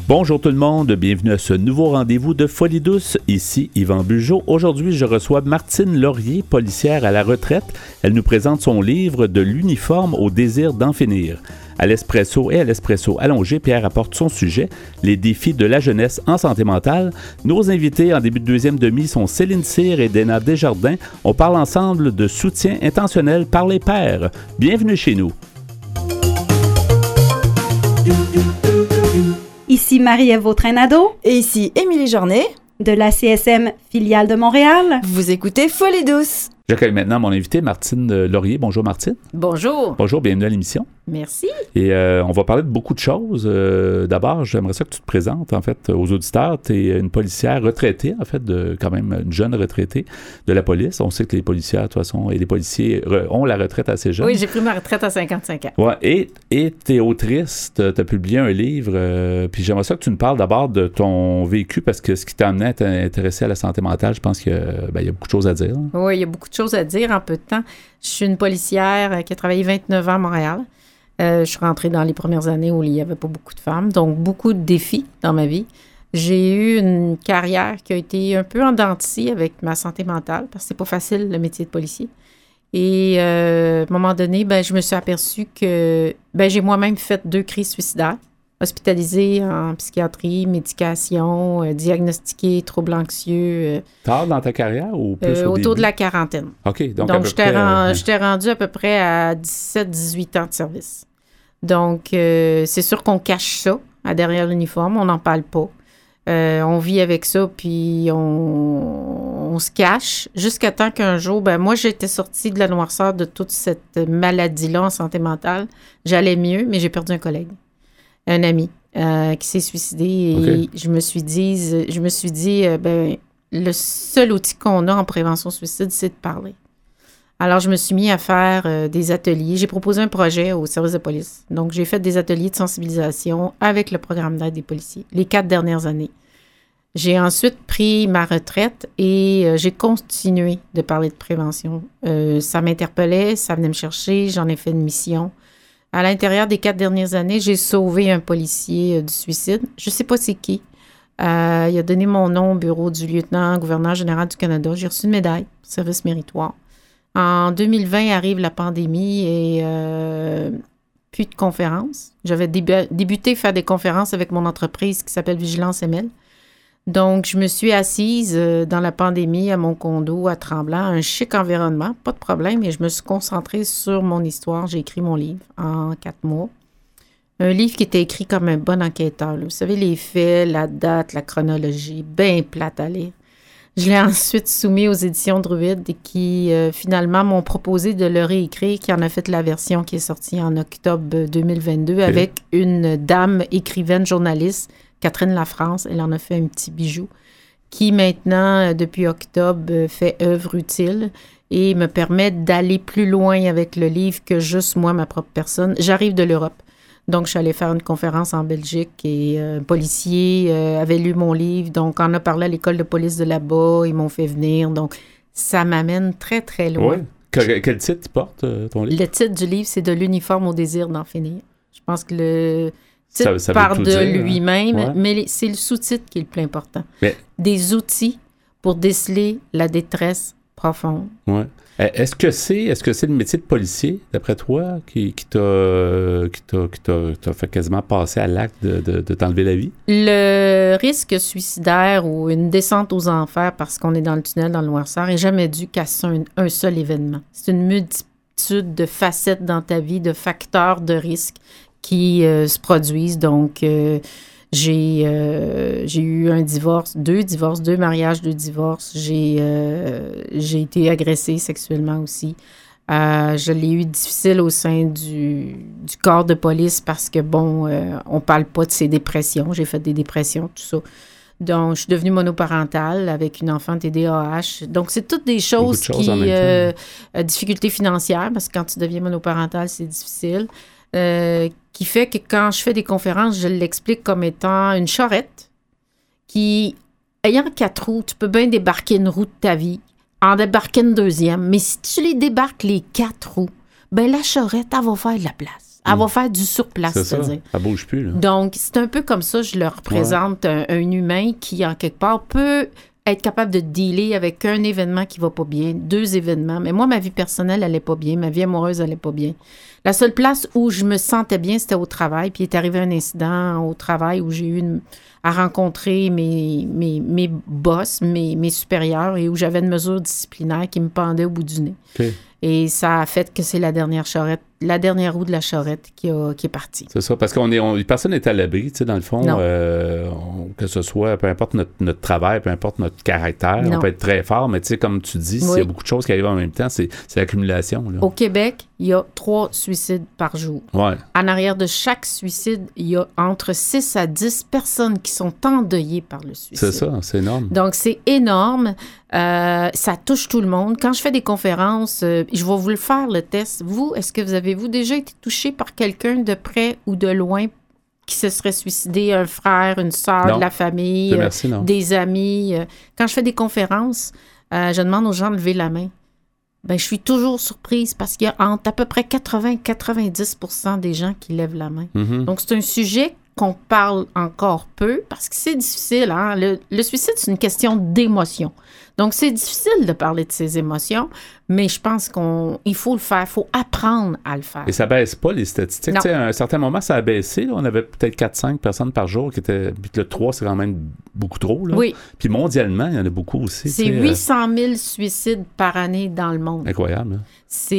Bonjour tout le monde, bienvenue à ce nouveau rendez-vous de Folie douce. Ici Yvan Bugeaud. Aujourd'hui, je reçois Martine Laurier, policière à la retraite. Elle nous présente son livre « De l'uniforme au désir d'en finir ». À l'espresso et à l'espresso allongé, Pierre apporte son sujet, les défis de la jeunesse en santé mentale. Nos invités en début de deuxième demi sont Céline Cyr et Dana Desjardins. On parle ensemble de soutien intentionnel par les pairs. Bienvenue chez nous. Ici Marie-Ève Vautrin-Nadeau. Et ici Émilie Journet. De la CSM filiale de Montréal. Vous écoutez Folie douce. J'accueille maintenant mon invité, Martine Laurier. Bonjour Martine. Bonjour. Bonjour, bienvenue à l'émission. Merci. Et on va parler de beaucoup de choses. D'abord, j'aimerais ça que tu te présentes, en fait, aux auditeurs. Tu es une policière retraitée, en fait, quand même une jeune retraitée de la police. On sait que les policières, de toute façon, et les policiers ont la retraite assez jeune. Oui, j'ai pris ma retraite à 55 ans. Ouais, et tu es autrice, tu as publié un livre. Puis j'aimerais ça que tu nous parles d'abord de ton vécu, parce que ce qui t'a amené à t'intéresser à la santé mentale, je pense qu'il y a beaucoup de choses à dire. Oui, il y a beaucoup de choses à dire en peu de temps. Je suis une policière qui a travaillé 29 ans à Montréal. Je suis rentrée dans les premières années où il n'y avait pas beaucoup de femmes, donc beaucoup de défis dans ma vie. J'ai eu une carrière qui a été un peu en dents de scie avec ma santé mentale, parce que c'est pas facile le métier de policier. Et à un moment donné, je me suis aperçue que j'ai moi-même fait 2 crises suicidaires, hospitalisée en psychiatrie, médication, diagnostiquée, troubles anxieux. Tard dans ta carrière ou plus au autour début? De la quarantaine. OK. Donc j'étais rendue à peu près à 17-18 ans de service. Donc, c'est sûr qu'on cache ça derrière l'uniforme, on n'en parle pas. On vit avec ça, puis on se cache jusqu'à temps qu'un jour, moi, j'étais sortie de la noirceur de toute cette maladie-là en santé mentale. J'allais mieux, mais j'ai perdu un collègue, un ami qui s'est suicidé. Et okay. je me suis dit, le seul outil qu'on a en prévention suicide, c'est de parler. Alors, je me suis mis à faire des ateliers. J'ai proposé un projet au service de police. Donc, j'ai fait des ateliers de sensibilisation avec le programme d'aide des policiers les 4 dernières années. J'ai ensuite pris ma retraite et j'ai continué de parler de prévention. Ça m'interpellait, ça venait me chercher, j'en ai fait une mission. À l'intérieur des 4 dernières années, j'ai sauvé un policier du suicide. Je ne sais pas c'est qui. Il a donné mon nom au bureau du lieutenant-gouverneur général du Canada. J'ai reçu une médaille, service méritoire. En 2020 arrive la pandémie et plus de conférences. J'avais débuté faire des conférences avec mon entreprise qui s'appelle Vigilance ML. Donc, je me suis assise dans la pandémie à mon condo à Tremblant, un chic environnement, pas de problème, et je me suis concentrée sur mon histoire. J'ai écrit mon livre en 4 mois. Un livre qui était écrit comme un bon enquêteur. Là. Vous savez, les faits, la date, la chronologie, bien plate à lire. Je l'ai ensuite soumis aux éditions Druide qui, finalement, m'ont proposé de le réécrire, qui en a fait la version qui est sortie en octobre 2022 avec une dame écrivaine, journaliste, Catherine Lafrance. Elle en a fait un petit bijou qui, maintenant, depuis octobre, fait œuvre utile et me permet d'aller plus loin avec le livre que juste moi, ma propre personne. J'arrive de l'Europe. Donc, je suis allée faire une conférence en Belgique et un policier avait lu mon livre. Donc, on a parlé à l'école de police de là-bas. Ils m'ont fait venir. Donc, ça m'amène très, très loin. Oui. Quel titre porte ton livre? Le titre du livre, c'est « De l'uniforme au désir d'en finir ». Je pense que le titre ça part veut de dire, lui-même, mais c'est le sous-titre qui est le plus important. Mais... Des outils pour déceler la détresse profonde. Oui. Est-ce que c'est le métier de policier, d'après toi, qui t'a fait quasiment passer à l'acte de t'enlever la vie? Le risque suicidaire ou une descente aux enfers parce qu'on est dans le tunnel, dans le noirceur, n'est jamais dû qu'à un seul événement. C'est une multitude de facettes dans ta vie, de facteurs de risque qui se produisent. Donc, j'ai eu un divorce, 2 mariages, 2 divorces. J'ai été agressée sexuellement aussi. Je l'ai eu difficile au sein du corps de police parce que, on parle pas de ces dépressions. J'ai fait des dépressions, tout ça. Donc, je suis devenue monoparentale avec une enfant TDAH. Donc, c'est toutes des choses difficultés financières, parce que quand tu deviens monoparentale, c'est difficile. Qui fait que quand je fais des conférences, je l'explique comme étant une charrette qui, ayant 4 roues, tu peux bien débarquer une roue de ta vie, en débarquer une deuxième, mais si tu les débarques les 4 roues, la charrette, elle va faire de la place. Elle va faire du surplace, c'est ça. c'est-à-dire. Elle bouge plus, là. Donc, c'est un peu comme ça, je leur représente un humain qui, en quelque part, peut être capable de dealer avec un événement qui va pas bien, 2 événements. Mais moi, ma vie personnelle, elle allait pas bien. Ma vie amoureuse, elle allait pas bien. La seule place où je me sentais bien, c'était au travail. Puis il est arrivé un incident au travail où j'ai eu à rencontrer mes boss, mes supérieurs, et où j'avais une mesure disciplinaire qui me pendait au bout du nez. Okay. Et ça a fait que c'est la dernière roue de la charrette qui est partie. C'est ça, parce personne n'est à l'abri, tu sais, dans le fond, que ce soit, peu importe notre travail, peu importe notre caractère, on peut être très fort, mais tu sais, comme tu dis, s'il y a beaucoup de choses qui arrivent en même temps, c'est l'accumulation. Là. Au Québec, il y a 3 suicides par jour. Ouais. En arrière de chaque suicide, il y a entre 6 à 10 personnes qui sont endeuillées par le suicide. C'est ça, c'est énorme. Donc, c'est énorme. Ça touche tout le monde. Quand je fais des conférences, je vais vous le faire, le test. Vous, est-ce que vous avez-vous déjà été touché par quelqu'un de près ou de loin qui se serait suicidé, un frère, une sœur de la famille, des amis? Quand je fais des conférences, je demande aux gens de lever la main. Ben, je suis toujours surprise parce qu'il y a entre à peu près 80 et 90% des gens qui lèvent la main. Mm-hmm. Donc, c'est un sujet qu'on parle encore peu parce que c'est difficile. Hein? Le suicide, c'est une question d'émotion. Donc, c'est difficile de parler de ses émotions, mais je pense qu'il faut le faire. Il faut apprendre à le faire. Et ça baisse pas, les statistiques. Tu sais, à un certain moment, ça a baissé. Là. On avait peut-être 4-5 personnes par jour qui étaient... Puis le 3, c'est quand même beaucoup trop. Là. Oui. Puis mondialement, il y en a beaucoup aussi. C'est 800 000 suicides par année dans le monde. Incroyable. Hein?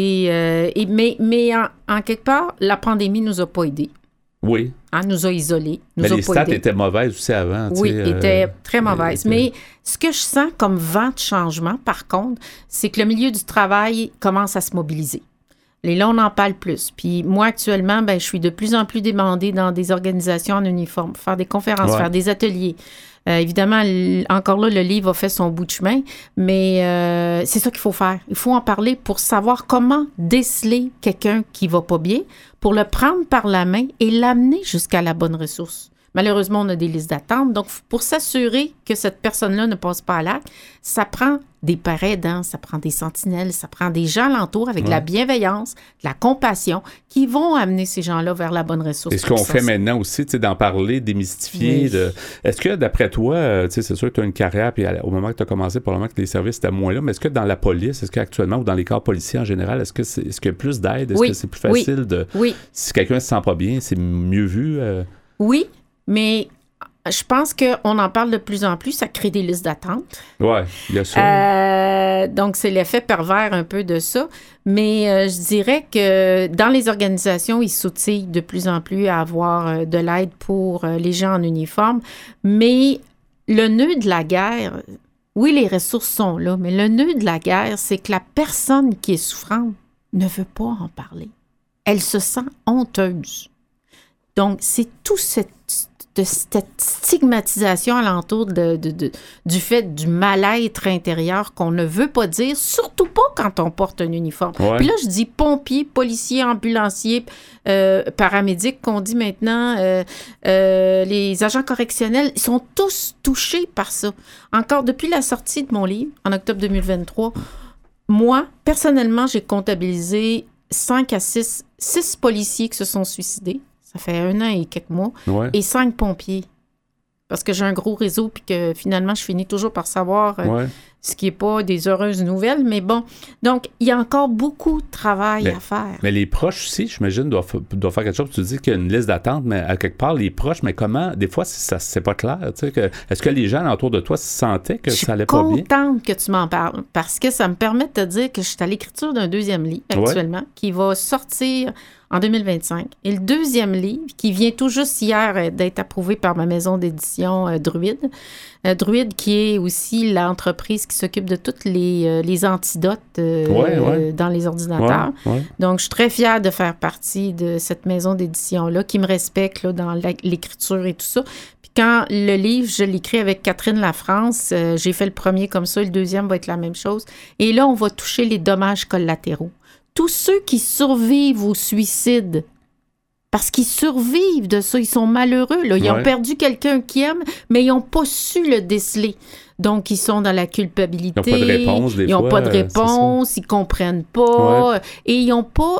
Mais en quelque part, la pandémie nous a pas aidés. Oui. Elle nous a isolés. Mais les stats étaient mauvaises aussi avant. Oui, étaient très mauvaises. Mais ce que je sens comme vent de changement, par contre, c'est que le milieu du travail commence à se mobiliser. Et là, on en parle plus. Puis moi, actuellement, je suis de plus en plus demandée dans des organisations en uniforme, faire des conférences, faire des ateliers. Évidemment, encore là, le livre a fait son bout de chemin, mais c'est ça qu'il faut faire. Il faut en parler pour savoir comment déceler quelqu'un qui va pas bien, pour le prendre par la main et l'amener jusqu'à la bonne ressource. Malheureusement, on a des listes d'attente. Donc, pour s'assurer que cette personne-là ne passe pas à l'acte, ça prend des parents aidants, ça prend des sentinelles, ça prend des gens alentour avec de la bienveillance, de la compassion, qui vont amener ces gens-là vers la bonne ressource. Et ce qu'on fait maintenant aussi, tu sais, d'en parler, démystifier. Oui. Est-ce que, d'après toi, tu sais, c'est sûr que tu as une carrière, puis au moment que tu as commencé, probablement que les services étaient moins là, mais est-ce que dans la police, est-ce qu'actuellement, ou dans les corps policiers en général, est-ce qu'il y a plus d'aide? Est-ce que c'est plus facile de... Oui. Si quelqu'un se sent pas bien, c'est mieux vu? Oui, mais... Je pense qu'on en parle de plus en plus, ça crée des listes d'attente. Oui, bien sûr. Donc, c'est l'effet pervers un peu de ça. Mais je dirais que dans les organisations, ils s'outillent de plus en plus à avoir de l'aide pour les gens en uniforme. Mais le nœud de la guerre, oui, les ressources sont là, mais le nœud de la guerre, c'est que la personne qui est souffrante ne veut pas en parler. Elle se sent honteuse. Donc, c'est tout cette stigmatisation alentour du fait du mal-être intérieur qu'on ne veut pas dire, surtout pas quand on porte un uniforme. Ouais. Puis là, je dis pompiers, policiers, ambulanciers, paramédics qu'on dit maintenant, les agents correctionnels, ils sont tous touchés par ça. Encore depuis la sortie de mon livre, en octobre 2023, moi, personnellement, j'ai comptabilisé 5 à 6 policiers qui se sont suicidés. Ça fait 1 an et quelques mois. Ouais. Et 5 pompiers. Parce que j'ai un gros réseau, puis que finalement, je finis toujours par savoir ce qui n'est pas des heureuses nouvelles. Mais bon, donc, il y a encore beaucoup de travail à faire. Mais les proches aussi, j'imagine, doivent faire quelque chose. Tu dis qu'il y a une liste d'attente, mais à quelque part, les proches, mais comment? Des fois, c'est pas clair. Tu sais, est-ce que les gens autour de toi sentaient que ça allait pas bien? Je suis contente que tu m'en parles, parce que ça me permet de te dire que je suis à l'écriture d'un 2e livre actuellement, qui va sortir en 2025. Et le 2e livre, qui vient tout juste hier d'être approuvé par ma maison d'édition Druide. Druide, qui est aussi l'entreprise qui s'occupe de toutes les antidotes dans les ordinateurs. Ouais. Donc, je suis très fière de faire partie de cette maison d'édition-là, qui me respecte là, dans l'écriture et tout ça. Puis quand le livre, je l'écris avec Catherine Lafrance, j'ai fait le premier comme ça, le 2e va être la même chose. Et là, on va toucher les dommages collatéraux. Tous ceux qui survivent au suicide, parce qu'ils survivent de ça, ils sont malheureux. Là. Ils ont perdu quelqu'un qu'ils aiment, mais ils n'ont pas su le déceler. Donc, ils sont dans la culpabilité. Ils n'ont pas de réponse, des fois. Ils n'ont pas de réponse, ils ne comprennent pas. Ouais. Et ils n'ont pas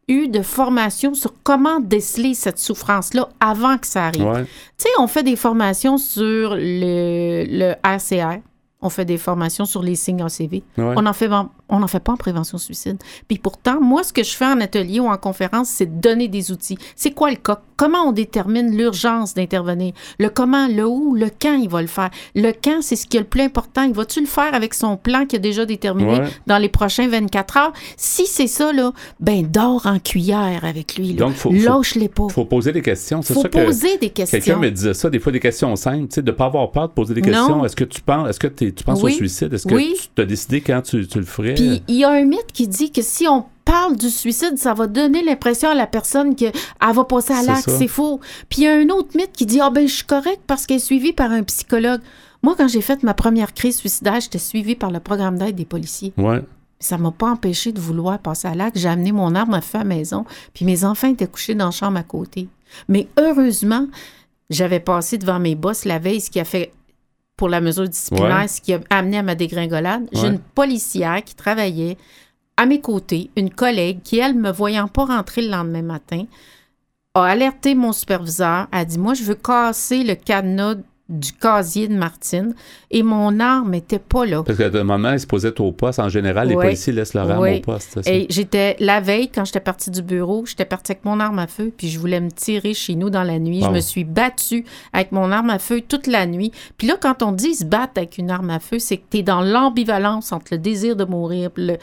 eu de formation sur comment déceler cette souffrance-là avant que ça arrive. Ouais. Tu sais, on fait des formations sur le RCR. On fait des formations sur les signes ACV. Ouais. On n'en fait pas en prévention suicide. Puis pourtant, moi, ce que je fais en atelier ou en conférence, c'est de donner des outils. C'est quoi le cas? Comment on détermine l'urgence d'intervenir? Le comment, le où, le quand il va le faire. Le quand, c'est ce qui est le plus important. Il va-tu le faire avec son plan qu'il a déjà déterminé dans les prochains 24 heures? Si c'est ça, là, ben dors en cuillère avec lui. Là. Donc, lâche-les pas. Il faut poser des questions. C'est faut ça poser des questions. Quelqu'un me disait ça, des fois des questions simples, tu sais, de ne pas avoir peur de poser des questions. Non. Est-ce que tu penses au suicide? Est-ce que tu as décidé quand tu le ferais? Puis il y a un mythe qui dit que si on parle du suicide, ça va donner l'impression à la personne qu'elle va passer à l'acte. C'est faux. Puis il y a un autre mythe qui dit « Ah ben je suis correcte parce qu'elle est suivie par un psychologue. » Moi, quand j'ai fait ma première crise suicidaire, j'étais suivie par le programme d'aide des policiers. Ouais. Ça ne m'a pas empêché de vouloir passer à l'acte. J'ai amené mon arme à feu à la maison, puis mes enfants étaient couchés dans la chambre à côté. Mais heureusement, j'avais passé devant mes boss la veille, ce qui a fait pour la mesure disciplinaire, ce qui a amené à ma dégringolade. J'ai une policière qui travaillait à mes côtés, une collègue qui, elle, me voyant pas rentrer le lendemain matin, a alerté mon superviseur, a dit « Moi, je veux casser le cadenas du casier de Martine et mon arme n'était pas là. » Parce qu'à un moment, il se posait au poste. En général, les policiers laissent leur arme au poste. Et j'étais, la veille, quand j'étais partie du bureau, j'étais partie avec mon arme à feu, puis je voulais me tirer chez nous dans la nuit. Je me suis battue avec mon arme à feu toute la nuit. Puis là, quand on dit se battre avec une arme à feu, c'est que tu es dans l'ambivalence entre le désir de mourir et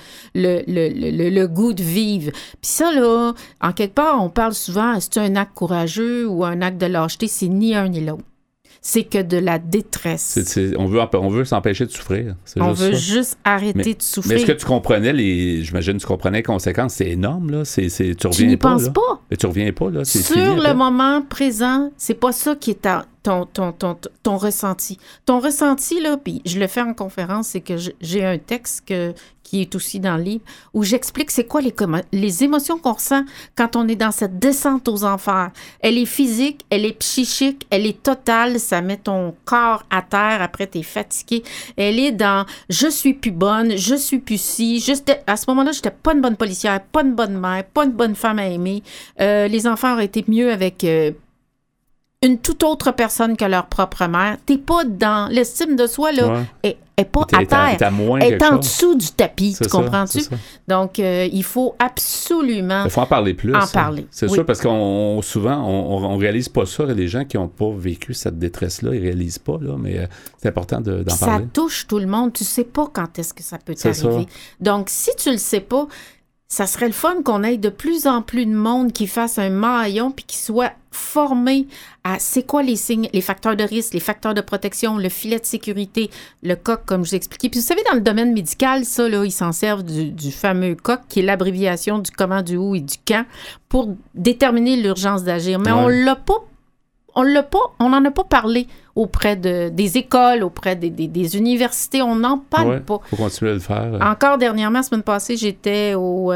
le goût de vivre. Puis ça, là, en quelque part, on parle souvent, est-ce que c'est un acte courageux ou un acte de lâcheté? C'est ni un ni l'autre. C'est que de la détresse. On veut s'empêcher de souffrir. On veut juste arrêter de souffrir. Mais est-ce que tu comprenais j'imagine que tu comprenais les conséquces? C'est énorme, là. Tu reviens tu n'y penses pas. Mais tu reviens pas, là. Sur le moment présent, c'est pas ça qui est ton ressenti. Ton ressenti, là, puis je le fais en conférence, c'est que j'ai un texte qui est aussi dans le livre, où j'explique c'est quoi les émotions qu'on ressent quand on est dans cette descente aux enfers. Elle est physique, elle est psychique, elle est totale, ça met ton corps à terre, après t'es fatigué. Elle est dans « je suis plus bonne, je suis plus ci ». À ce moment-là, j'étais pas une bonne policière, pas une bonne mère, pas une bonne femme à aimer. Les enfants auraient été mieux avec une toute autre personne que leur propre mère. T'es pas dans l'estime de soi, là, est pas à terre. Elle est en dessous du tapis, tu comprends-tu? Donc, il faut absolument... Il faut en parler plus. Parler. C'est sûr, parce qu'on souvent, on réalise pas ça. Les gens qui n'ont pas vécu cette détresse-là, ils réalisent pas, là, mais c'est important d'en parler. Ça touche tout le monde. Tu sais pas quand est-ce que ça peut t'arriver. Donc, si tu le sais pas, ça serait le fun qu'on ait de plus en plus de monde qui fasse un maillon puis qui soit formé à c'est quoi les signes, les facteurs de risque, les facteurs de protection, le filet de sécurité, le COC, comme je vous ai expliqué. Puis vous savez, dans le domaine médical, ça, là, ils s'en servent du fameux COC, qui est l'abréviation du comment, du où et du quand, pour déterminer l'urgence d'agir. Mais on n'en a pas parlé auprès des écoles, auprès des universités. On n'en parle pas. Il faut continuer à le faire. Encore dernièrement, la semaine passée, j'étais au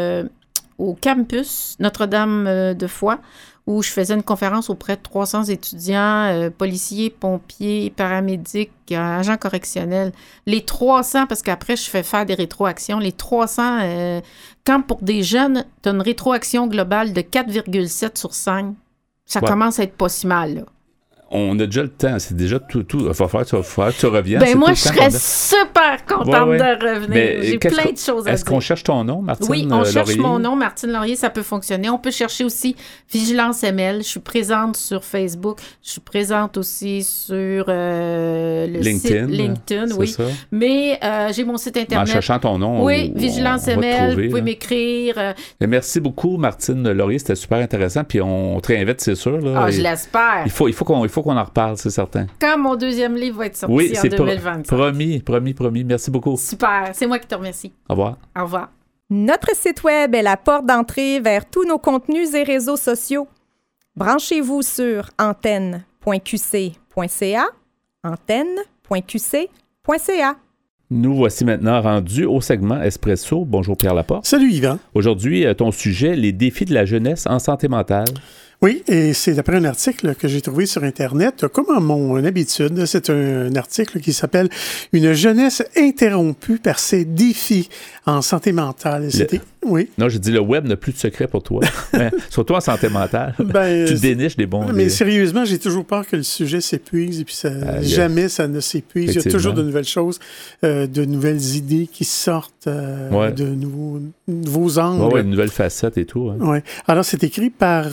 campus Notre-Dame de Foix, où je faisais une conférence auprès de 300 étudiants, policiers, pompiers, paramédics, agents correctionnels. Les 300, parce qu'après, je fais faire des rétroactions. Les 300, quand pour des jeunes, tu as une rétroaction globale de 4,7 sur 5, ça commence à être pas si mal, là. On a déjà le temps, c'est déjà tout. Il va falloir que tu reviennes. Ben moi, je serais super contente de revenir. Mais j'ai plein de choses à dire. Est-ce qu'on cherche ton nom, Martine Laurier? Oui, on cherche mon nom, Martine Laurier, ça peut fonctionner. On peut chercher aussi Vigilance ML. Je suis présente sur Facebook. Je suis présente aussi sur le site LinkedIn, oui. Ça. Mais j'ai mon site Internet. En cherchant ton nom, oui, Vigilance ML, vous pouvez m'écrire. Merci beaucoup, Martine Laurier. C'était super intéressant. Puis on te réinvite, c'est sûr. Là, je l'espère. Il faut qu'on en reparle, c'est certain. Quand mon deuxième livre va être sorti en 2025. Promis. Merci beaucoup. Super. C'est moi qui te remercie. Au revoir. Au revoir. Notre site Web est la porte d'entrée vers tous nos contenus et réseaux sociaux. Branchez-vous sur antenne.qc.ca, antenne.qc.ca. Nous voici maintenant rendus au segment Espresso. Bonjour Pierre Laporte. Salut Yvan. Aujourd'hui, ton sujet, les défis de la jeunesse en santé mentale. Oui, et c'est d'après un article que j'ai trouvé sur Internet. Comme à mon habitude, c'est un article qui s'appelle « Une jeunesse interrompue par ses défis en santé mentale ». Oui. Non, j'ai dit le web n'a plus de secret pour toi. Surtout en santé mentale. Tu déniches des bons... Mais sérieusement, j'ai toujours peur que le sujet s'épuise et puis jamais ça ne s'épuise. Il y a toujours de nouvelles choses, de nouvelles idées qui sortent, de nouveaux angles. Oui, de nouvelles facettes et tout. Hein. Ouais. Alors, c'est écrit par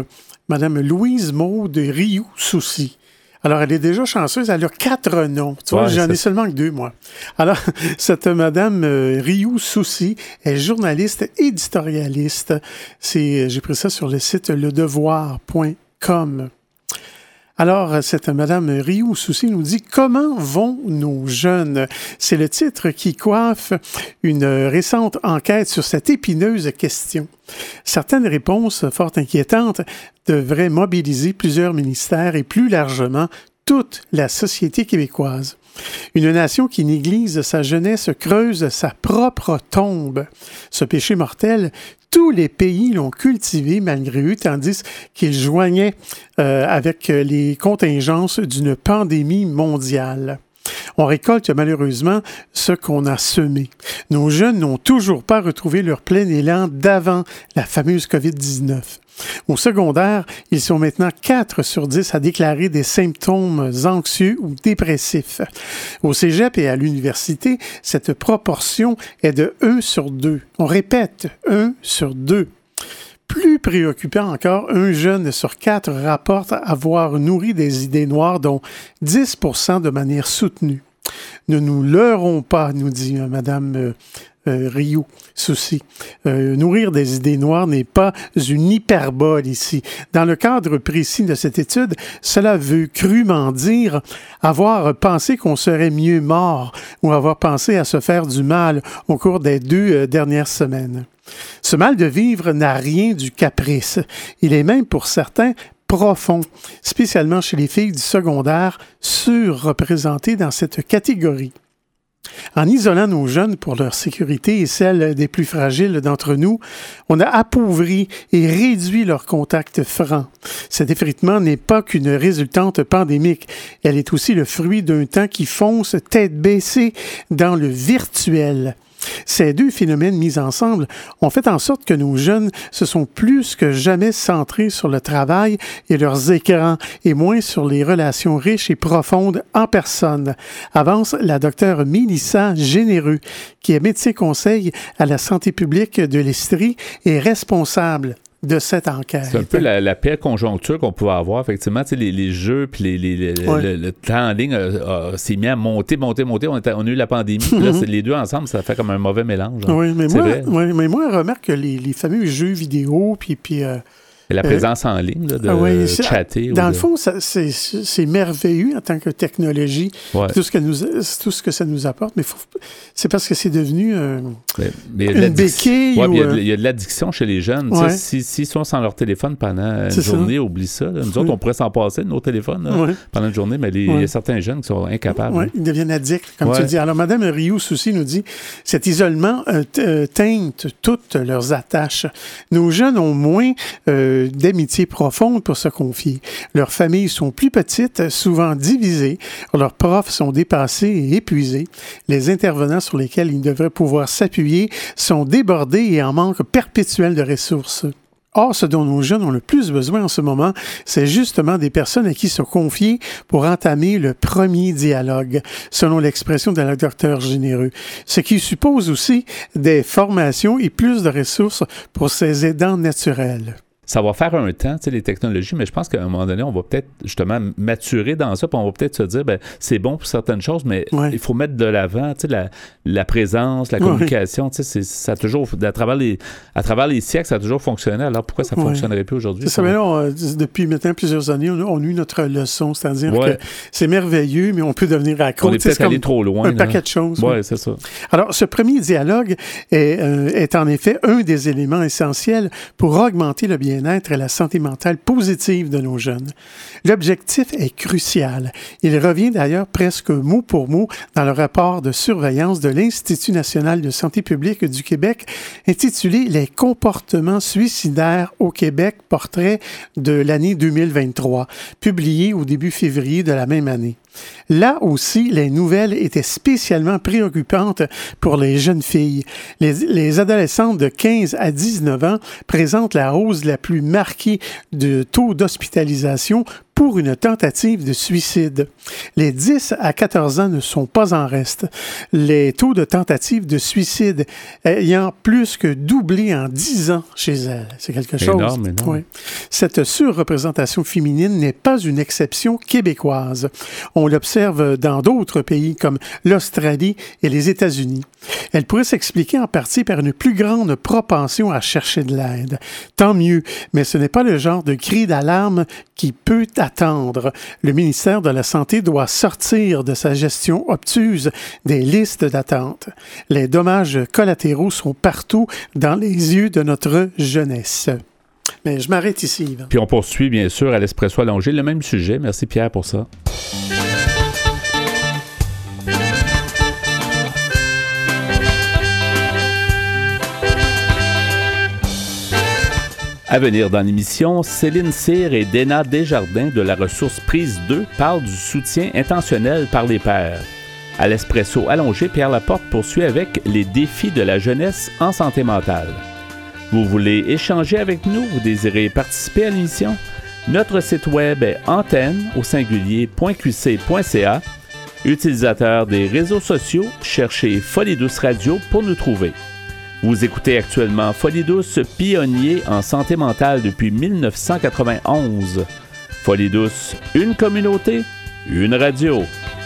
Mme Louise Maud Rioux-Soucy. Alors, elle est déjà chanceuse. Elle a 4 noms. Tu vois, j'en ai seulement que 2, moi. Alors, cette Mme Rioux-Soucy est journaliste éditorialiste. J'ai pris ça sur le site ledevoir.com. Alors, cette Mme Rioux-Soucy nous dit « Comment vont nos jeunes ?» C'est le titre qui coiffe une récente enquête sur cette épineuse question. Certaines réponses fort inquiétantes devraient mobiliser plusieurs ministères et plus largement toute la société québécoise. Une nation qui néglige sa jeunesse creuse sa propre tombe. Ce péché mortel, tous les pays l'ont cultivé malgré eux, tandis qu'ils joignaient avec les contingences d'une pandémie mondiale. On récolte malheureusement ce qu'on a semé. Nos jeunes n'ont toujours pas retrouvé leur plein élan d'avant la fameuse COVID-19. Au secondaire, ils sont maintenant 4 sur 10 à déclarer des symptômes anxieux ou dépressifs. Au cégep et à l'université, cette proportion est de 1 sur 2. On répète, 1 sur 2. Plus préoccupant encore, un jeune sur 4 rapporte avoir nourri des idées noires, dont 10% de manière soutenue. Ne nous leurrons pas, nous dit Mme Rioux-Soucy. Nourrir des idées noires n'est pas une hyperbole ici. Dans le cadre précis de cette étude, cela veut crûment dire avoir pensé qu'on serait mieux mort ou avoir pensé à se faire du mal au cours des 2 dernières semaines. Ce mal de vivre n'a rien du caprice. Il est même pour certains profond, spécialement chez les filles du secondaire, surreprésentées dans cette catégorie. En isolant nos jeunes pour leur sécurité et celle des plus fragiles d'entre nous, on a appauvri et réduit leur contact franc. Cet effritement n'est pas qu'une résultante pandémique, elle est aussi le fruit d'un temps qui fonce tête baissée dans le virtuel. Ces 2 phénomènes mis ensemble ont fait en sorte que nos jeunes se sont plus que jamais centrés sur le travail et leurs écrans et moins sur les relations riches et profondes en personne, avance la docteure Mélissa Généreux, qui est médecin conseil à la santé publique de l'Estrie et responsable de cette enquête. C'est un peu la pire conjoncture qu'on pouvait avoir. Effectivement, tu sais, les jeux puis le temps en ligne s'est mis à monter. On a eu la pandémie. Là, les 2 ensemble, ça fait comme un mauvais mélange. Hein. Oui, mais moi, je remarque que les fameux jeux vidéo puis et la présence en ligne, là, de chatter. Dans le fond, c'est merveilleux en tant que technologie, tout ce que ça nous apporte, mais c'est parce que c'est devenu une béquille. Il y a de l'addiction chez les jeunes. S'ils sont sans leur téléphone pendant une journée, oublie ça. Là. Nous autres, on pourrait s'en passer de nos téléphones pendant une journée, mais il y a certains jeunes qui sont incapables. Oui, ils deviennent addicts, comme tu dis. Alors, Mme Rioux-Soucy nous dit, cet isolement teinte toutes leurs attaches. Nos jeunes ont moins d'amitié profonde pour se confier. Leurs familles sont plus petites, souvent divisées. Leurs profs sont dépassés et épuisés. Les intervenants sur lesquels ils devraient pouvoir s'appuyer sont débordés et en manque perpétuel de ressources. Or, ce dont nos jeunes ont le plus besoin en ce moment, c'est justement des personnes à qui se confier pour entamer le premier dialogue, selon l'expression de la docteure Généreux. Ce qui suppose aussi des formations et plus de ressources pour ces aidants naturels. Ça va faire un temps, tu sais, les technologies, mais je pense qu'à un moment donné, on va peut-être justement maturer dans ça, puis on va peut-être se dire, c'est bon pour certaines choses, mais il faut mettre de l'avant, tu sais, la présence, la communication, tu sais, ça a toujours, à travers les siècles, ça a toujours fonctionné, alors pourquoi ça ne fonctionnerait plus aujourd'hui? C'est ça, mais là, depuis maintenant plusieurs années, on a eu notre leçon, c'est-à-dire que c'est merveilleux, mais on peut devenir accro. On est peut-être allé trop loin. Un paquet de choses. Oui, c'est ça. Alors, ce premier dialogue est en effet un des éléments essentiels pour augmenter le bien-être bien-être et la santé mentale positive de nos jeunes. L'objectif est crucial. Il revient d'ailleurs presque mot pour mot dans le rapport de surveillance de l'Institut national de santé publique du Québec intitulé « Les comportements suicidaires au Québec, portrait de l'année 2023 », publié au début février de la même année. Là aussi, les nouvelles étaient spécialement préoccupantes pour les jeunes filles. Les adolescentes de 15 à 19 ans présentent la hausse la plus marquée de taux d'hospitalisation pour une tentative de suicide. Les 10 à 14 ans ne sont pas en reste. Les taux de tentative de suicide ayant plus que doublé en 10 ans chez elles. C'est quelque chose. Énorme. Oui. Cette surreprésentation féminine n'est pas une exception québécoise. On l'observe dans d'autres pays comme l'Australie et les États-Unis. Elle pourrait s'expliquer en partie par une plus grande propension à chercher de l'aide. Tant mieux, mais ce n'est pas le genre de cri d'alarme qui peut attendre. Le ministère de la Santé doit sortir de sa gestion obtuse des listes d'attente. Les dommages collatéraux sont partout dans les yeux de notre jeunesse. Mais je m'arrête ici, Yvan. Puis on poursuit, bien sûr, à l'Espresso allongé, le même sujet. Merci, Pierre, pour ça. À venir dans l'émission, Céline Cyr et Dana Desjardins de la ressource Prise 2 parlent du soutien intentionnel par les pairs. À l'Espresso allongé, Pierre Laporte poursuit avec les défis de la jeunesse en santé mentale. Vous voulez échanger avec nous? Vous désirez participer à l'émission? Notre site web est antenne.qc.ca. Utilisateurs des réseaux sociaux, cherchez Folie Douce Radio pour nous trouver. Vous écoutez actuellement Folie Douce, pionnier en santé mentale depuis 1991. Folie Douce, une communauté, une radio.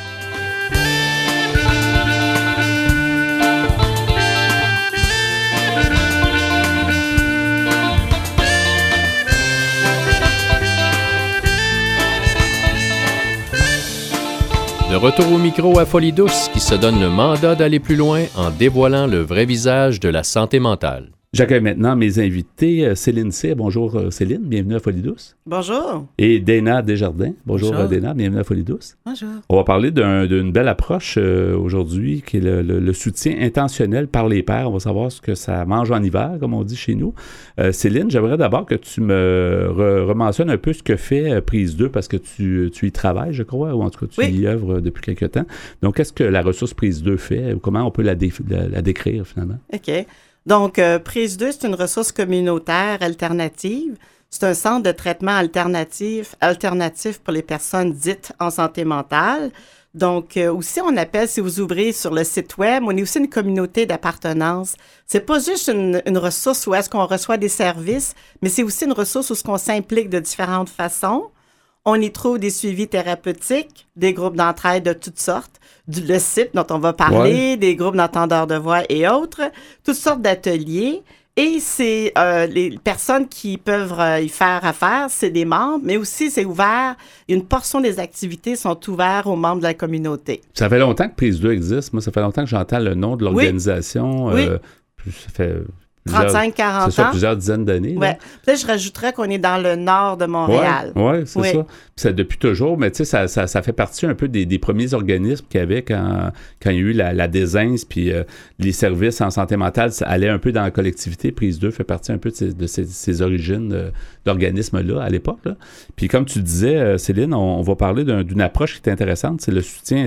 De retour au micro à Folie Douce, qui se donne le mandat d'aller plus loin en dévoilant le vrai visage de la santé mentale. J'accueille maintenant mes invités. Céline Cyr, bonjour Céline, bienvenue à Folie Douce. Bonjour. Et Dana Desjardins, bonjour Dana, bienvenue à Folie Douce. Bonjour. On va parler d'une belle approche aujourd'hui, qui est le soutien intentionnel par les pairs. On va savoir ce que ça mange en hiver, comme on dit chez nous. Céline, j'aimerais d'abord que tu me rementionnes un peu ce que fait Prise 2, parce que tu y travailles, je crois, ou en tout cas tu y œuvres depuis quelque temps. Donc, qu'est-ce que la ressource Prise 2 fait? Comment on peut la décrire finalement? OK. Donc, Prise 2, c'est une ressource communautaire alternative. C'est un centre de traitement alternatif pour les personnes dites en santé mentale. Donc, aussi, on appelle, si vous ouvrez sur le site web, on est aussi une communauté d'appartenance. C'est pas juste une ressource où est-ce qu'on reçoit des services, mais c'est aussi une ressource où est-ce qu'on s'implique de différentes façons. On y trouve des suivis thérapeutiques, des groupes d'entraide de toutes sortes, le site dont on va parler, des groupes d'entendeurs de voix et autres, toutes sortes d'ateliers. Et c'est les personnes qui peuvent y faire affaire, c'est des membres, mais aussi c'est ouvert. Une portion des activités sont ouvertes aux membres de la communauté. Ça fait longtemps que Prise 2 existe. Moi, ça fait longtemps que j'entends le nom de l'organisation. Oui. Ça fait 35-40 ans. C'est ça, plusieurs dizaines d'années. Oui. Peut-être je rajouterais qu'on est dans le nord de Montréal. Oui, c'est ça. Puis c'est depuis toujours, mais tu sais, ça fait partie un peu des premiers organismes qu'il y avait quand il y a eu la désince, puis les services en santé mentale, ça allait un peu dans la collectivité. Prise 2 fait partie un peu de ces origines d'organismes-là à l'époque. Là. Puis comme tu disais, Céline, on va parler d'une approche qui est intéressante, c'est le soutien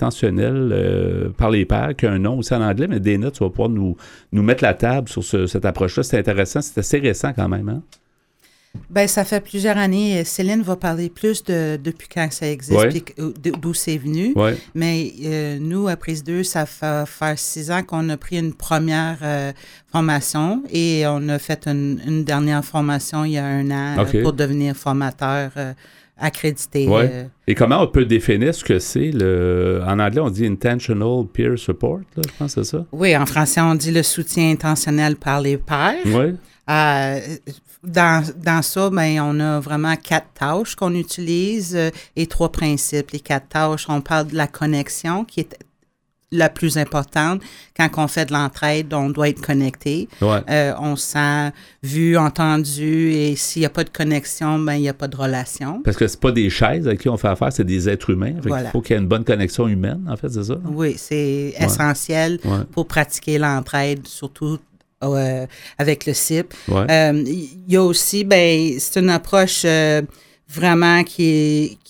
intentionnel par les pairs, qui a un nom aussi en anglais, mais Dana, tu vas pouvoir nous mettre la table sur cette approche-là. C'est intéressant, c'est assez récent quand même, hein? Bien, ça fait plusieurs années. Céline va parler plus depuis quand ça existe, puis d'où c'est venu. Ouais. Mais nous, à Prise 2, ça fait faire 6 ans qu'on a pris une première formation et on a fait une dernière formation il y a 1 an pour devenir formateur accrédité. Ouais. Et comment on peut définir ce que c'est? En anglais, on dit « intentional peer support », là, je pense que c'est ça? Oui, en français, on dit le soutien intentionnel par les pairs. Oui. Dans ça, ben, on a vraiment 4 tâches qu'on utilise et 3 principes. Les 4 tâches, on parle de la connexion qui est la plus importante. Quand on fait de l'entraide, on doit être connecté. Ouais. On se sent vu, entendu, et s'il n'y a pas de connexion, ben il n'y a pas de relation. Parce que c'est pas des chaises à qui on fait affaire, c'est des êtres humains. Voilà. Il faut qu'il y ait une bonne connexion humaine, en fait, c'est ça? Oui, c'est essentiel pour pratiquer l'entraide, surtout avec le CIP. Ouais. Il y a aussi, c'est une approche vraiment qui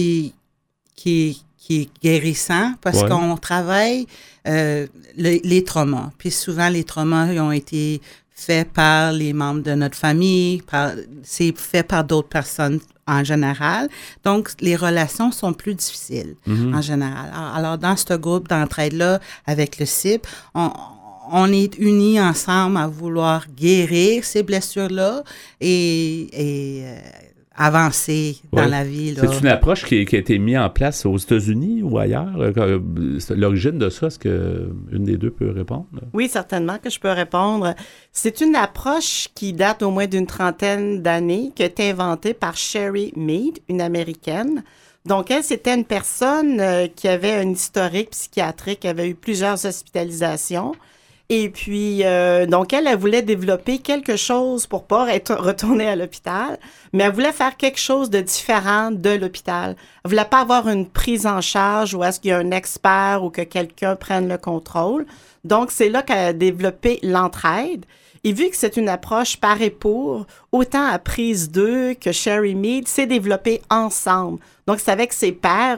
est guérissant parce qu'on travaille les traumas. Puis souvent, les traumas ils ont été faits par les membres de notre famille, c'est fait par d'autres personnes en général. Donc, les relations sont plus difficiles en général. Alors, dans ce groupe d'entraide-là, avec le CIP, on est unis ensemble à vouloir guérir ces blessures-là et avancer dans la vie. Là. C'est une approche qui a été mise en place aux États-Unis ou ailleurs? L'origine de ça, est-ce qu'une des deux peut répondre? Oui, certainement que je peux répondre. C'est une approche qui date au moins d'une 30aine d'années, qui a été inventée par Sherry Mead, une Américaine. Donc, elle, c'était une personne qui avait un historique psychiatrique, qui avait eu plusieurs hospitalisations. Et puis, donc, elle voulait développer quelque chose pour pas retourner à l'hôpital, mais elle voulait faire quelque chose de différent de l'hôpital. Elle voulait pas avoir une prise en charge où est-ce qu'il y a un expert ou que quelqu'un prenne le contrôle. Donc, c'est là qu'elle a développé l'entraide. Et vu que c'est une approche par et pour, autant à Prise 2 que Sherry Mead s'est développée ensemble. Donc, c'est avec ses pairs,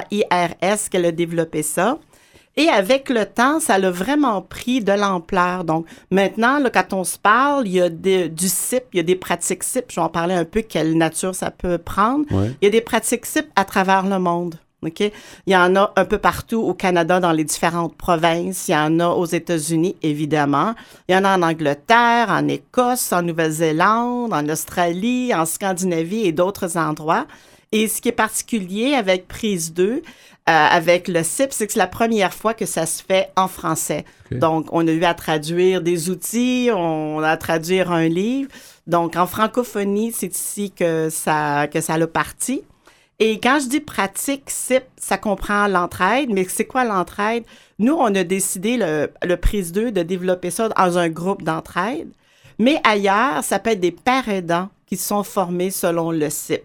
PAIRS, qu'elle a développé ça. Et avec le temps, ça l'a vraiment pris de l'ampleur. Donc, maintenant, là, quand on se parle, il y a du CIP, il y a des pratiques CIP. Je vais en parler un peu, quelle nature ça peut prendre. Ouais. Il y a des pratiques CIP à travers le monde. OK? Il y en a un peu partout au Canada, dans les différentes provinces. Il y en a aux États-Unis, évidemment. Il y en a en Angleterre, en Écosse, en Nouvelle-Zélande, en Australie, en Scandinavie et d'autres endroits. Et ce qui est particulier avec Prise 2, avec le CIP, c'est que c'est la première fois que ça se fait en français. Okay. Donc, on a eu à traduire des outils, on a à traduire un livre. Donc, en francophonie, c'est ici que ça a parti. Et quand je dis pratique CIP, ça comprend l'entraide, mais c'est quoi l'entraide? Nous, on a décidé, le Prise 2, de développer ça dans un groupe d'entraide. Mais ailleurs, ça peut être des pairs aidants qui sont formés selon le CIP.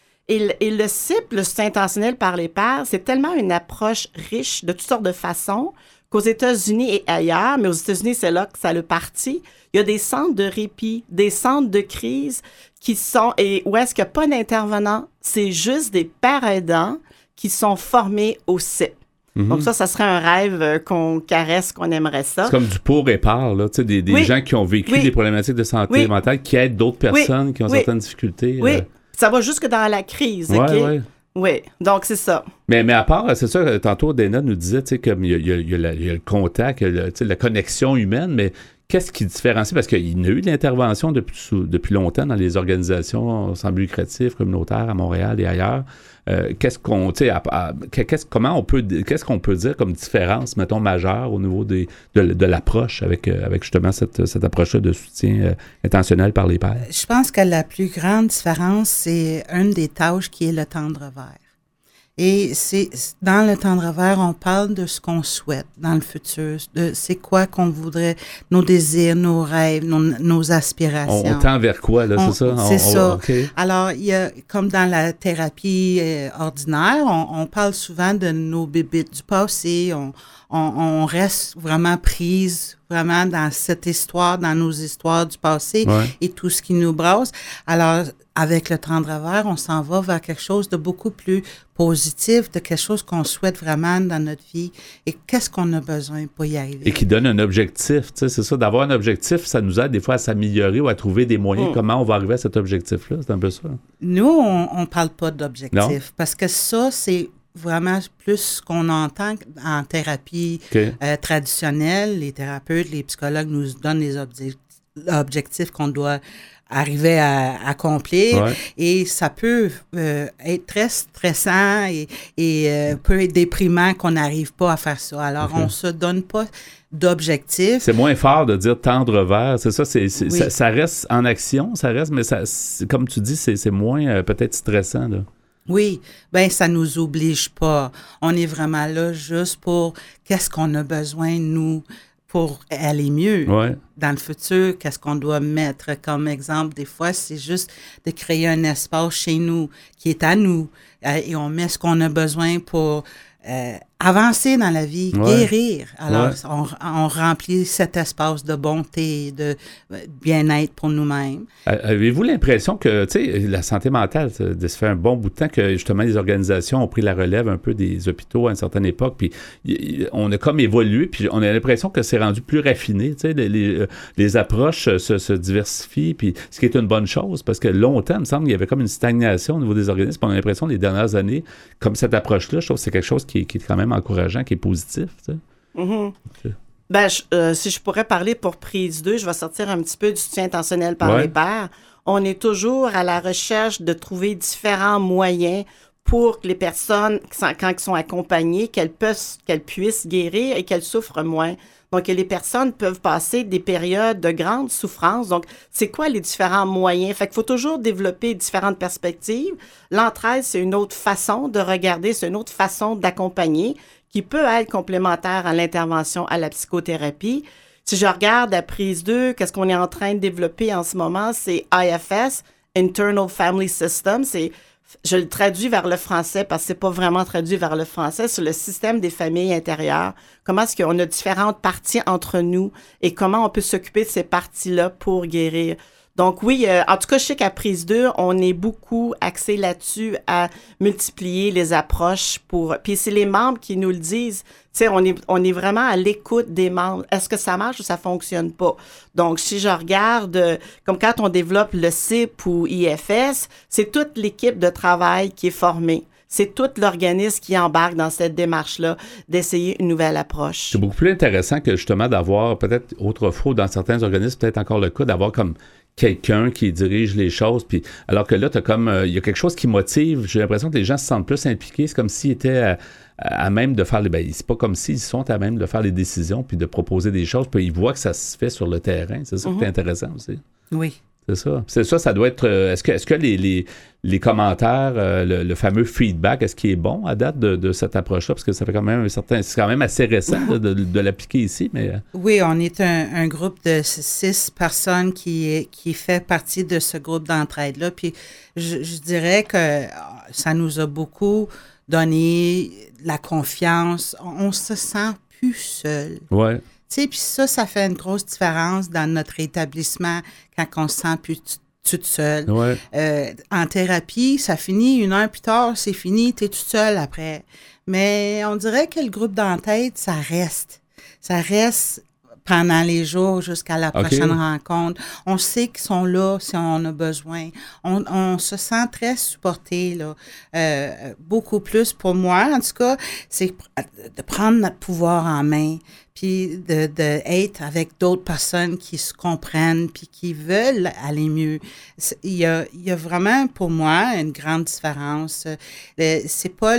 Et le CIP, le soutien intentionnel par les pairs, c'est tellement une approche riche de toutes sortes de façons qu'aux États-Unis et ailleurs, mais aux États-Unis, c'est là que ça a le parti, il y a des centres de répit, des centres de crise qui sont, et où est-ce qu'il n'y a pas d'intervenants, c'est juste des pairs aidants qui sont formés au CIP. Mm-hmm. Donc ça serait un rêve qu'on caresse, qu'on aimerait ça. C'est comme du pour et par, là, tu sais, des gens qui ont vécu des problématiques de santé mentale, qui aident d'autres personnes qui ont certaines difficultés. Oui. Ça va jusque dans la crise, OK? Oui, donc c'est ça. Mais à part, c'est ça, tantôt, Dana nous disait, tu sais, comme il y a le contact, la connexion humaine, mais qu'est-ce qui différencie? Parce qu'il y a eu de l'intervention depuis longtemps dans les organisations sans but lucratif, communautaires à Montréal et ailleurs. Qu'est-ce qu'on peut dire comme différence, mettons, majeure au niveau de l'approche avec justement cette approche-là de soutien intentionnel par les pairs? Je pense que la plus grande différence, c'est une des tâches qui est le tendre vers. Et c'est dans le tendre vers, on parle de ce qu'on souhaite dans le futur, de c'est quoi qu'on voudrait, nos désirs, nos rêves, nos aspirations. On tend vers quoi, là, c'est ça? C'est ça. Okay. Alors, il y a, comme dans la thérapie ordinaire, on parle souvent de nos bébites du passé, on reste vraiment prise vraiment dans cette histoire, dans nos histoires du passé et tout ce qui nous brasse. Alors, avec le tendre vers, on s'en va vers quelque chose de beaucoup plus positif, de quelque chose qu'on souhaite vraiment dans notre vie et qu'est-ce qu'on a besoin pour y arriver. Et qui donne un objectif, tu sais, c'est ça, d'avoir un objectif, ça nous aide des fois à s'améliorer ou à trouver des moyens, comment on va arriver à cet objectif-là, c'est un peu ça. Nous, on parle pas d'objectif parce que ça, c'est vraiment plus ce qu'on entend en thérapie traditionnelle. Les thérapeutes, les psychologues nous donnent les objectifs qu'on doit arriver à accomplir et ça peut être très stressant et peut être déprimant qu'on n'arrive pas à faire ça. Alors, on se donne pas d'objectifs. C'est moins fort de dire tendre vers, c'est ça, ça reste en action, ça reste, mais ça, comme tu dis, c'est moins peut-être stressant, là. Oui, bien, ça nous oblige pas. On est vraiment là juste pour qu'est-ce qu'on a besoin, nous, pour aller mieux dans le futur, qu'est-ce qu'on doit mettre comme exemple. Des fois, c'est juste de créer un espace chez nous qui est à nous et on met ce qu'on a besoin pour avancer dans la vie, guérir. Alors, on remplit cet espace de bonté, de bien-être pour nous-mêmes. Avez-vous l'impression que, tu sais, la santé mentale, ça fait un bon bout de temps que, justement, les organisations ont pris la relève un peu des hôpitaux à une certaine époque, puis on a comme évolué, puis on a l'impression que c'est rendu plus raffiné, tu sais, les approches se diversifient, puis ce qui est une bonne chose, parce que longtemps, il me semble qu'il y avait comme une stagnation au niveau des organismes, on a l'impression, les dernières années, comme cette approche-là, je trouve que c'est quelque chose qui est quand même encourageant, qui est positif. Tu sais. Mm-hmm. Okay. Ben, si je pourrais parler pour Prise 2, je vais sortir un petit peu du soutien intentionnel par les pairs. On est toujours à la recherche de trouver différents moyens pour que les personnes, quand elles sont accompagnées, qu'elles puissent guérir et qu'elles souffrent moins. Donc, les personnes peuvent passer des périodes de grande souffrance. Donc, c'est quoi les différents moyens? Fait qu'il faut toujours développer différentes perspectives. L'entraide, c'est une autre façon de regarder, c'est une autre façon d'accompagner qui peut être complémentaire à l'intervention à la psychothérapie. Si je regarde à Prise 2, qu'est-ce qu'on est en train de développer en ce moment? C'est IFS, Internal Family System. Je le traduis vers le français parce que c'est pas vraiment traduit vers le français. C'est le système des familles intérieures. Comment est-ce qu'on a différentes parties entre nous et comment on peut s'occuper de ces parties-là pour guérir. Donc oui, en tout cas, je sais qu'à Prise 2, on est beaucoup axé là-dessus à multiplier les approches puis c'est les membres qui nous le disent. Tu sais, on est vraiment à l'écoute des membres. Est-ce que ça marche ou ça fonctionne pas? Donc, si je regarde, comme quand on développe le CIP ou IFS, c'est toute l'équipe de travail qui est formée. C'est tout l'organisme qui embarque dans cette démarche-là d'essayer une nouvelle approche. C'est beaucoup plus intéressant que justement d'avoir, peut-être autrefois, dans certains organismes, peut-être encore le cas, d'avoir comme quelqu'un qui dirige les choses. Puis, alors que là, t'as comme, il y a quelque chose qui motive. J'ai l'impression que les gens se sentent plus impliqués. C'est comme s'ils étaient à même de faire c'est pas comme s'ils sont à même de faire les décisions puis de proposer des choses. Puis ils voient que ça se fait sur le terrain. C'est ça qui est intéressant aussi. Oui. C'est ça, ça doit être... Est-ce que les commentaires, le fameux feedback, est-ce qu'il est bon à date de cette approche-là? Parce que ça fait quand même c'est quand même assez récent de l'appliquer ici, mais... Oui, on est un groupe de 6 personnes qui fait partie de ce groupe d'entraide-là. Puis je dirais que ça nous a beaucoup donné la confiance. On se sent plus seul. Ouais. Tu sais, puis ça fait une grosse différence dans notre établissement quand on se sent plus toute seule. Ouais. En thérapie, ça finit 1 heure plus tard, c'est fini, t'es toute seule après. Mais on dirait que le groupe d'entraide, ça reste. Ça reste pendant les jours jusqu'à la prochaine rencontre. On sait qu'ils sont là si on a besoin. On se sent très supporté, là. Beaucoup plus pour moi, en tout cas, c'est de prendre notre pouvoir en main, puis de être avec d'autres personnes qui se comprennent puis qui veulent aller mieux. Il y a vraiment, pour moi, une grande différence. C'est pas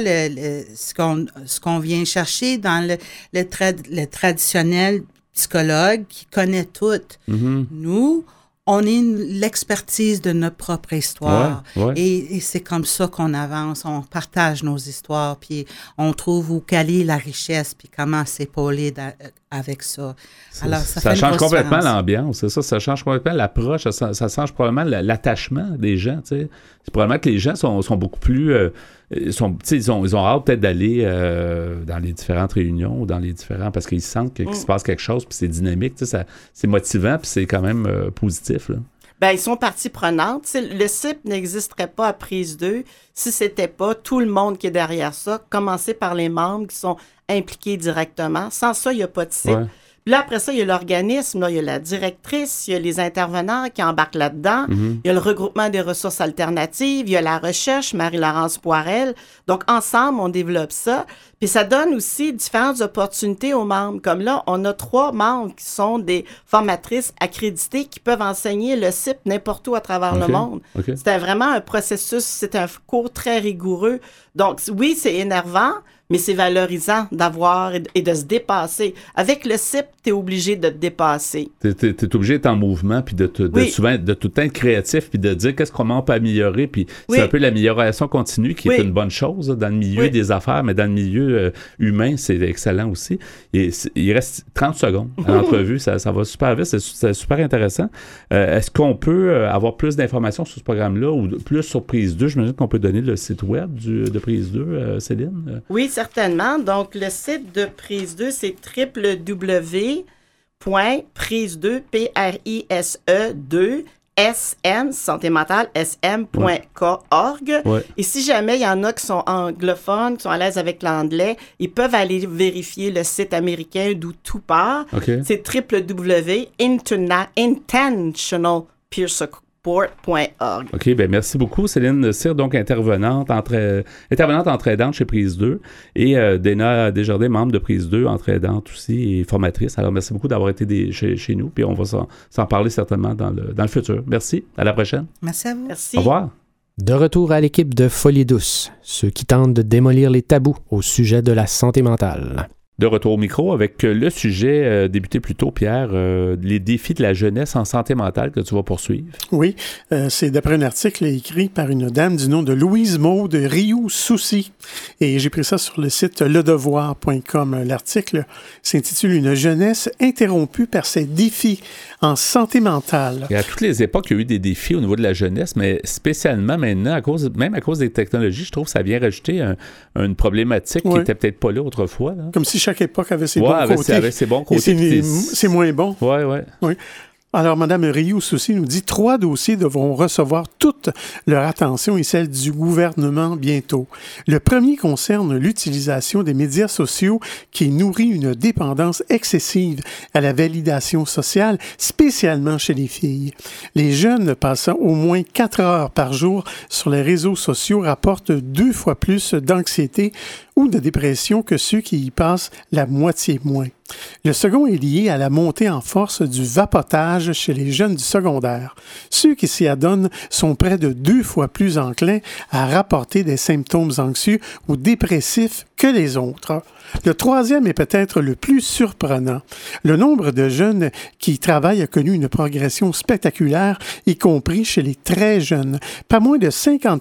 ce qu'on vient chercher dans le traditionnel psychologue qui connaît tout. Mm-hmm. Nous, on est l'expertise de notre propre histoire. Ouais. Et c'est comme ça qu'on avance. On partage nos histoires, puis on trouve où caler la richesse, puis comment s'épauler avec ça. Alors, ça change complètement l'ambiance, c'est ça. Ça change complètement l'approche. Ça change probablement l'attachement des gens. T'sais. C'est probablement que les gens sont beaucoup plus... ils ont hâte peut-être d'aller dans les différentes réunions ou dans les différents... Parce qu'ils sentent qu'il se passe quelque chose, puis c'est dynamique. C'est motivant, puis c'est quand même positif, là. Ben, ils sont partie prenante. Le CIP n'existerait pas à Prise 2 si c'était pas tout le monde qui est derrière ça, commencer par les membres qui sont impliqués directement. Sans ça, il n'y a pas de CIP. Ouais. Puis là, après ça, il y a l'organisme, là, il y a la directrice, il y a les intervenants qui embarquent là-dedans, il y a le regroupement des ressources alternatives, il y a la recherche, Marie-Laurence Poirel. Donc, ensemble, on développe ça. Puis ça donne aussi différentes opportunités aux membres. Comme là, on a 3 membres qui sont des formatrices accréditées qui peuvent enseigner le CIP n'importe où à travers le monde. Okay. C'était vraiment un processus, c'était un cours très rigoureux. Donc, oui, c'est énervant, mais c'est valorisant d'avoir et de se dépasser. Avec le CIP, tu es obligé de te dépasser. Tu es obligé d'être en mouvement, puis de tout le temps être créatif, puis de dire qu'est-ce qu'on peut améliorer. Puis c'est un peu l'amélioration continue qui est une bonne chose dans le milieu des affaires, mais dans le milieu humain, c'est excellent aussi. Et il reste 30 secondes à l'entrevue, ça va super vite, c'est super intéressant. Est-ce qu'on peut avoir plus d'informations sur ce programme-là ou plus sur Prise 2? J'imagine qu'on peut donner le site web de Prise 2, Céline? Oui, certainement. Donc, le site de Prise 2, c'est www.prise2, P-R-I-S-E-2, SM, santé mentale, sm.org. Ouais. Et si jamais il y en a qui sont anglophones, qui sont à l'aise avec l'anglais, ils peuvent aller vérifier le site américain d'où tout part. Okay. C'est www.intentionalpeersupport.org. OK, bien merci beaucoup. Céline Cyr, donc intervenante entraidante chez Prise 2 et Dana Desjardins, membre de Prise 2, entraidante aussi et formatrice. Alors merci beaucoup d'avoir été chez nous, puis on va s'en parler certainement dans le futur. Merci, à la prochaine. Merci à vous. Merci. Au revoir. De retour à l'équipe de Folie douce, ceux qui tentent de démolir les tabous au sujet de la santé mentale. De retour au micro avec le sujet débuté plus tôt, Pierre, les défis de la jeunesse en santé mentale que tu vas poursuivre. Oui, c'est d'après un article écrit par une dame du nom de Louise Maud de Rioux-Soucy. Et j'ai pris ça sur le site ledevoir.com. L'article s'intitule « Une jeunesse interrompue par ses défis en santé mentale ». Et à toutes les époques, il y a eu des défis au niveau de la jeunesse, mais spécialement maintenant, à cause des technologies, je trouve que ça vient rajouter une problématique qui n'était peut-être pas là autrefois. Là. Comme si chaque époque avait ses bons côtés. Avait ses bons côtés. C'est moins bon. Oui. Alors, Mme Rioux-Soucy nous dit 3 dossiers devront recevoir toute leur attention et celle du gouvernement bientôt. Le premier concerne l'utilisation des médias sociaux qui nourrit une dépendance excessive à la validation sociale, spécialement chez les filles. Les jeunes passant au moins 4 heures par jour sur les réseaux sociaux rapportent 2 fois plus d'anxiété ou de dépression que ceux qui y passent la moitié moins. Le second est lié à la montée en force du vapotage chez les jeunes du secondaire. Ceux qui s'y adonnent sont près de 2 fois plus enclins à rapporter des symptômes anxieux ou dépressifs que les autres. Le troisième est peut-être le plus surprenant. Le nombre de jeunes qui y travaillent a connu une progression spectaculaire, y compris chez les très jeunes. Pas moins de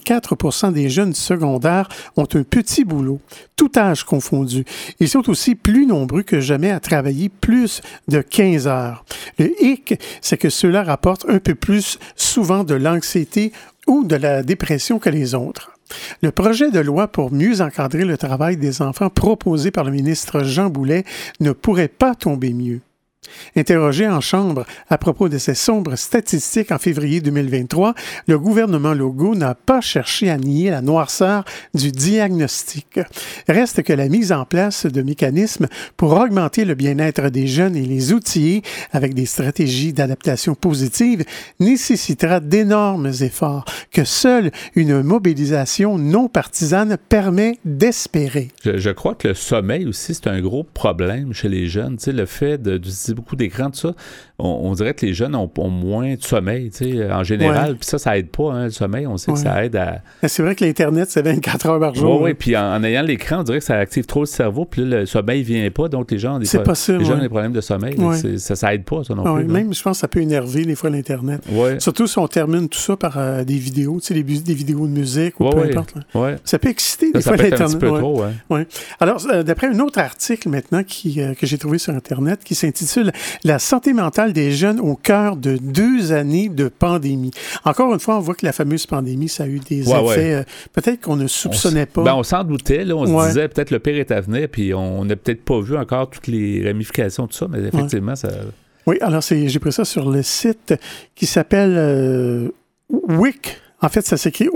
54% des jeunes du secondaire ont un petit boulot, tout âge confondu. Ils sont aussi plus nombreux que jamais à travailler plus de 15 heures. Le hic, c'est que ceux-là rapportent un peu plus souvent de l'anxiété ou de la dépression que les autres. Le projet de loi pour mieux encadrer le travail des enfants proposé par le ministre Jean Boulet ne pourrait pas tomber mieux. Interrogé en Chambre à propos de ces sombres statistiques en février 2023, le gouvernement Legault n'a pas cherché à nier la noirceur du diagnostic. Reste que la mise en place de mécanismes pour augmenter le bien-être des jeunes et les outiller avec des stratégies d'adaptation positive nécessitera d'énormes efforts que seule une mobilisation non partisane permet d'espérer. Je crois que le sommeil aussi, c'est un gros problème chez les jeunes. Tu sais, le fait d'utiliser beaucoup d'écran, tout ça, on dirait que les jeunes ont moins de sommeil, tu sais, en général. Puis ça aide pas, hein, le sommeil. On sait que ça aide à... C'est vrai que l'Internet, c'est 24 heures par jour. Oui, puis en ayant l'écran, on dirait que ça active trop le cerveau, puis là, le sommeil ne vient pas, donc les gens ont des problèmes de sommeil. Ça aide pas, ça non plus. Même, je pense que ça peut énerver des fois l'Internet. Surtout si on termine tout ça par des vidéos, tu sais, des vidéos de musique ou peu importe. Ça peut exciter des fois l'Internet. Un petit peu trop, Alors, d'après un autre article maintenant que j'ai trouvé sur Internet qui s'intitule « La santé mentale des jeunes au cœur de 2 années de pandémie ». Encore une fois, on voit que la fameuse pandémie, ça a eu des effets peut-être qu'on ne soupçonnait pas. On s'en doutait, là, on se disait peut-être le pire est à venir, puis on n'a peut-être pas vu encore toutes les ramifications de ça, mais effectivement, ça... Oui, alors j'ai pris ça sur le site qui s'appelle WIC. En fait, ça s'écrit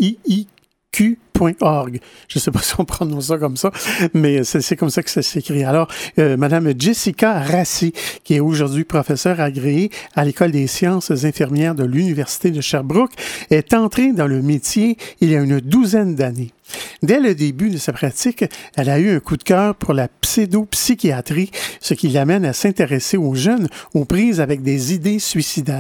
OIIQ.org. Je ne sais pas si on prononce ça comme ça, mais c'est comme ça que ça s'écrit. Alors, Madame Jessica Rassi, qui est aujourd'hui professeure agréée à l'École des sciences infirmières de l'Université de Sherbrooke, est entrée dans le métier il y a une 12aine d'années. Dès le début de sa pratique, elle a eu un coup de cœur pour la pédopsychiatrie, ce qui l'amène à s'intéresser aux jeunes aux prises avec des idées suicidaires.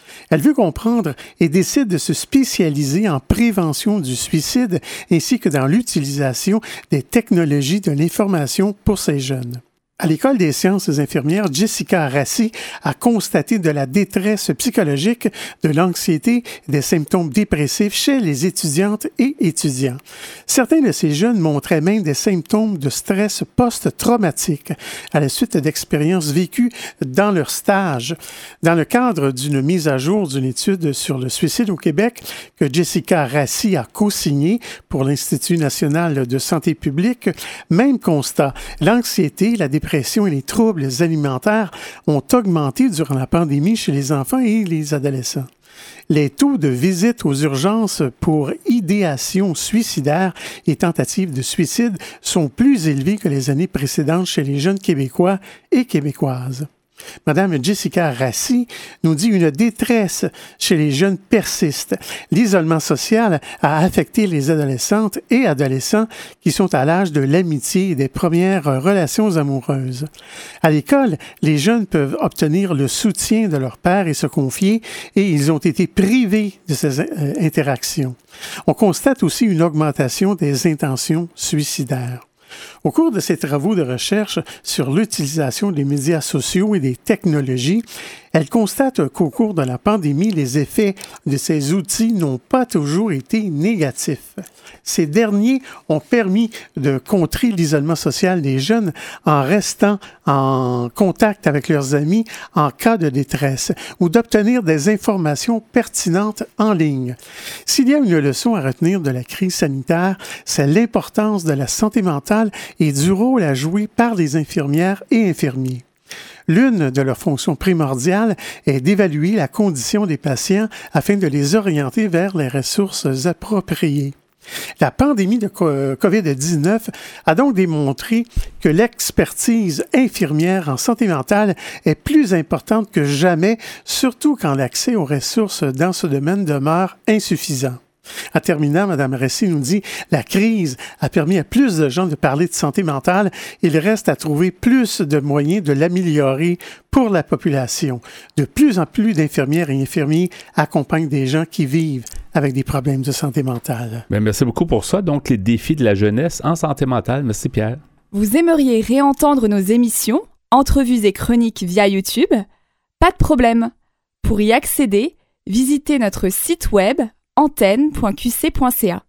Elle veut comprendre et décide de se spécialiser en prévention du suicide ainsi que dans l'utilisation des technologies de l'information pour ces jeunes. À l'École des sciences infirmières, Jessica Rassi a constaté de la détresse psychologique, de l'anxiété et des symptômes dépressifs chez les étudiantes et étudiants. Certains de ces jeunes montraient même des symptômes de stress post-traumatique à la suite d'expériences vécues dans leur stage. Dans le cadre d'une mise à jour d'une étude sur le suicide au Québec que Jessica Rassi a co-signée pour l'Institut national de santé publique, même constat, l'anxiété, la dépression et les troubles alimentaires ont augmenté durant la pandémie chez les enfants et les adolescents. Les taux de visite aux urgences pour idéation suicidaire et tentatives de suicide sont plus élevés que les années précédentes chez les jeunes Québécois et Québécoises. Madame Jessica Rassi nous dit une détresse chez les jeunes persiste. L'isolement social a affecté les adolescentes et adolescents qui sont à l'âge de l'amitié et des premières relations amoureuses. À l'école, les jeunes peuvent obtenir le soutien de leur père et se confier et ils ont été privés de ces interactions. On constate aussi une augmentation des intentions suicidaires. Au cours de ses travaux de recherche sur l'utilisation des médias sociaux et des technologies, elle constate qu'au cours de la pandémie, les effets de ces outils n'ont pas toujours été négatifs. Ces derniers ont permis de contrer l'isolement social des jeunes en restant en contact avec leurs amis en cas de détresse ou d'obtenir des informations pertinentes en ligne. S'il y a une leçon à retenir de la crise sanitaire, c'est l'importance de la santé mentale et du rôle à jouer par les infirmières et infirmiers. L'une de leurs fonctions primordiales est d'évaluer la condition des patients afin de les orienter vers les ressources appropriées. La pandémie de COVID-19 a donc démontré que l'expertise infirmière en santé mentale est plus importante que jamais, surtout quand l'accès aux ressources dans ce domaine demeure insuffisant. En terminant, Mme Rassi nous dit « La crise a permis à plus de gens de parler de santé mentale. Il reste à trouver plus de moyens de l'améliorer pour la population. De plus en plus d'infirmières et infirmiers accompagnent des gens qui vivent avec des problèmes de santé mentale. » Bien, merci beaucoup pour ça. Donc, les défis de la jeunesse en santé mentale. Merci, Pierre. Vous aimeriez réentendre nos émissions, entrevues et chroniques via YouTube? Pas de problème. Pour y accéder, visitez notre site web antenne.qc.ca.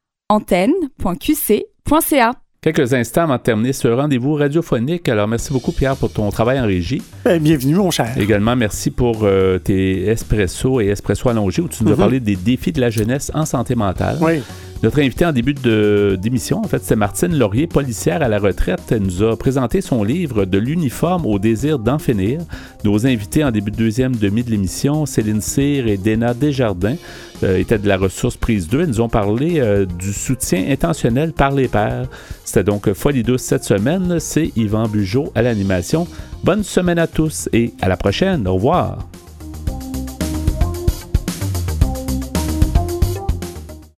antenne.qc.ca. Quelques instants avant de terminer ce rendez-vous radiophonique. Alors, merci beaucoup, Pierre, pour ton travail en régie. Bienvenue, mon cher. Également, merci pour tes espressos et espressos allongés où tu nous as parlé des défis de la jeunesse en santé mentale. Oui. Notre invitée en début d'émission, en fait, c'est Martine Laurier, policière à la retraite. Elle nous a présenté son livre « De l'uniforme au désir d'en finir ». Nos invités en début de deuxième demi de l'émission, Céline Cyr et Déna Desjardins, étaient de la ressource prise 2. Elles nous ont parlé du soutien intentionnel par les pairs. C'était donc Folie douce cette semaine. C'est Yvan Bugeaud à l'animation. Bonne semaine à tous et à la prochaine. Au revoir.